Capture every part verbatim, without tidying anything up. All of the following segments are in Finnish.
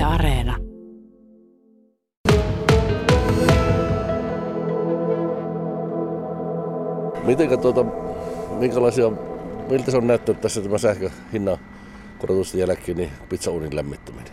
Areena. Mitenkä tuota, minkälaisia, miltä se on näyttänyt tässä tämä sähkön hinnan korotusten jälkeen, niin pizzauunin lämmittäminen?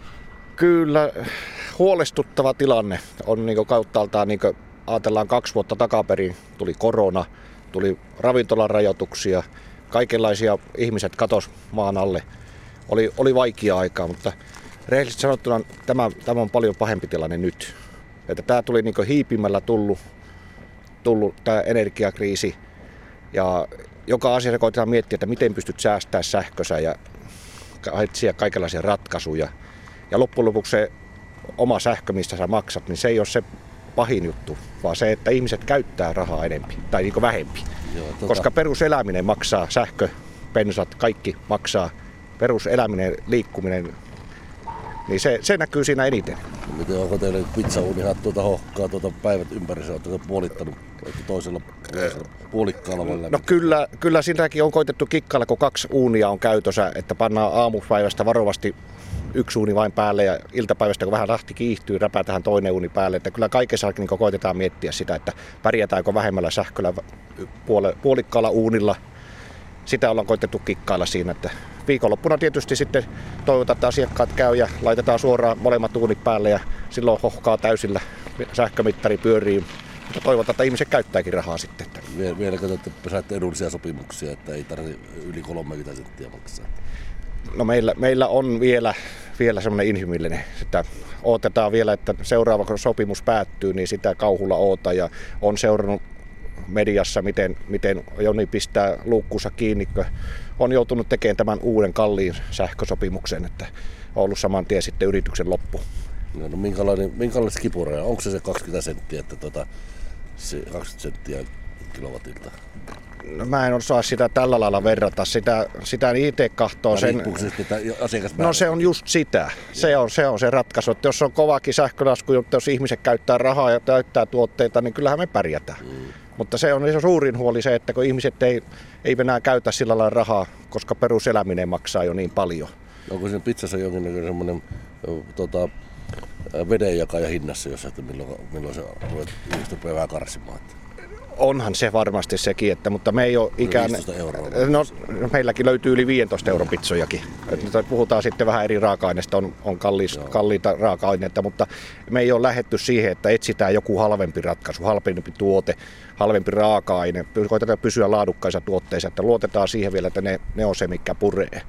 Kyllä huolestuttava tilanne on niin kauttaaltaan, niin ajatellaan kaksi vuotta takaperin, tuli korona, tuli ravintolarajoituksia, kaikenlaisia ihmiset katos maan alle. Oli, oli vaikea aikaa, mutta rehellisesti sanottuna tämä, tämä on paljon pahempi tilanne nyt. Että tämä tuli niin hiipimällä tullut, tullut tämä energiakriisi ja joka asiassa koitetaan miettiä, että miten pystyt säästämään sähkössä ja etsiä kaikenlaisia ratkaisuja. Ja loppujen lopuksi se oma sähkö, mistä sä maksat, niin se ei ole se pahin juttu, vaan se, että ihmiset käyttää rahaa enemmän tai niin vähempi. Joo, tota... Koska peruseläminen maksaa, sähkö, bensat, kaikki maksaa. Peruseläminen, liikkuminen, niin se, se näkyy siinä eniten. Miten onko teille pizzauunihan tuota hohkaa tuota päivät ympärissä, oletteko puolittanut toisella, toisella puolikkaalla vai lämmin? No kyllä, kyllä siinäkin on koitettu kikkailla, kun kaksi uunia on käytössä, että pannaan aamupäivästä varovasti yksi uuni vain päälle ja iltapäivästä, kun vähän rahti kiihtyy, räpätään toinen uuni päälle. Että kyllä kaikessa niin koitetaan miettiä sitä, että pärjätäänkö vähemmällä sähköllä puolikkaalla uunilla. Sitä ollaan koitettu kikkailla siinä, että viikonloppuna tietysti sitten toivotaan, että asiakkaat käy ja laitetaan suoraan molemmat uunit päälle ja silloin hohkaa täysillä, sähkömittari pyörii. Mutta toivotaan, että ihmiset käyttääkin rahaa sitten. Vieläkö te saatte edullisia sopimuksia, että ei tarvitse yli kolmekymmentä senttiä maksaa? No meillä, meillä on vielä, vielä semmoinen inhimillinen, että odotetaan vielä, että seuraava kun sopimus päättyy, niin sitä kauhulla oota ja on seurannut mediassa, miten, miten Joni pistää luukkuunsa kiinni, kun on joutunut tekemään tämän uuden kalliin sähkösopimuksen, että on ollut saman tien sitten yrityksen loppu. No, no minkälainen, minkälainen kipuraja? Onko se se kaksikymmentä senttiä, että tuota, se kaksikymmentä senttiä kilowatilta? No mä en osaa sitä tällä lailla verrata. Sitä, sitä itse kahtoo sen. No se on just sitä. Se on, se on se ratkaisu. Että jos on kovakin sähkölasku, että jos ihmiset käyttää rahaa ja käyttää tuotteita, niin kyllähän me pärjätään. Mm. Mutta se on se suurin huoli se, että kun ihmiset ei, ei enää käytä sillä lailla rahaa, koska peruseläminen maksaa jo niin paljon. Onko siinä pizzassa jonkinlainen semmoinen tota, vedenjakaja hinnassa, jos että milloin, milloin se ruvetaan vähän karsimaan? Onhan se varmasti sekin, että, mutta me ei ole ikään... No, meilläkin löytyy yli viisitoista euron pizzojakin. Että puhutaan sitten vähän eri raaka-aineista, on, on kallis, kalliita raaka-aineita, mutta me ei ole lähdetty siihen, että etsitään joku halvempi ratkaisu, halvempi tuote, halvempi raaka-aine. Koitetaan pysyä laadukkaissa tuotteissa, että luotetaan siihen vielä, että ne, ne on se, mikä puree.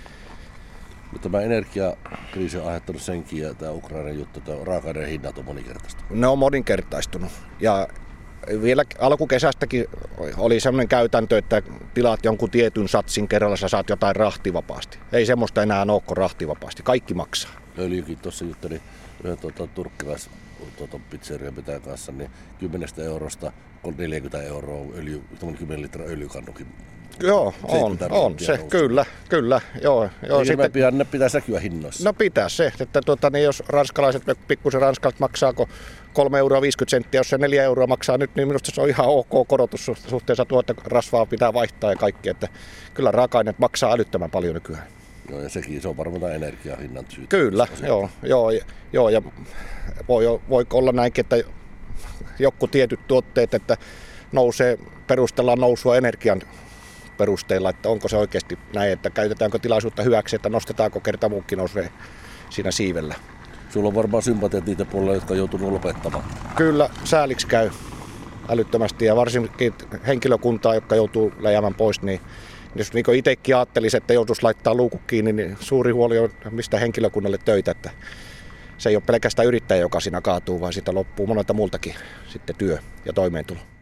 Mutta tämä energiakriisi on aiheuttanut senkin ja tämä Ukrainan juttu, että raaka-aineen hinnat on moninkertaistunut. Ne on moninkertaistunut ja vielä alkukesästäkin oli sellainen käytäntö, että tilaat jonkun tietyn satsin kerralla, sä saat jotain rahtivapaasti. Ei semmoista enää ole kuin rahtivapaasti. Kaikki maksaa. Öljykin tuossa juttelin yhden tuota, turkkilais tuota, pizzerian pitää kanssa, niin kymmenestä eurosta neljäkymmentä euroa öljy, kymmenen litraa öljykannukin. Joo, on, on se, nousi. kyllä, kyllä, joo. joo sitten, pitää, ne pitää säkyä hinnoissa. No pitää se, että tuota, niin jos ranskalaiset, pikkusen ranskalaiset maksaako kolme euroa viisikymmentä senttiä, jos se neljä euroa maksaa nyt, niin minusta se on ihan ok korotus suhteessa tuota rasvaa pitää vaihtaa ja kaikki, että kyllä raaka-aineet maksaa älyttömän paljon nykyään. Joo, ja sekin, se on varmaan energiahinnan syytä. Kyllä, joo, joo, joo, ja voi, voi olla näinkin, että joku tietyt tuotteet, että nousee, perustellaan nousua energian perusteella, että onko se oikeasti näin, että käytetäänkö tilaisuutta hyväksi, että nostetaanko kerta muukin nousee siinä siivellä. Sulla on varmaan sympatiat niitä puolella, jotka on joutunut lopettamaan. Kyllä, sääliksi käy älyttömästi ja varsinkin henkilökuntaa, jotka joutuu läjäämään pois, niin jos niin itsekin ajattelisi, että joutuisi laittaa luukut kiinni, niin suuri huoli on mistä henkilökunnalle töitä, että se ei ole pelkästään yrittäjä, joka siinä kaatuu, vaan siitä loppuu monelta muultakin sitten työ ja toimeentulo.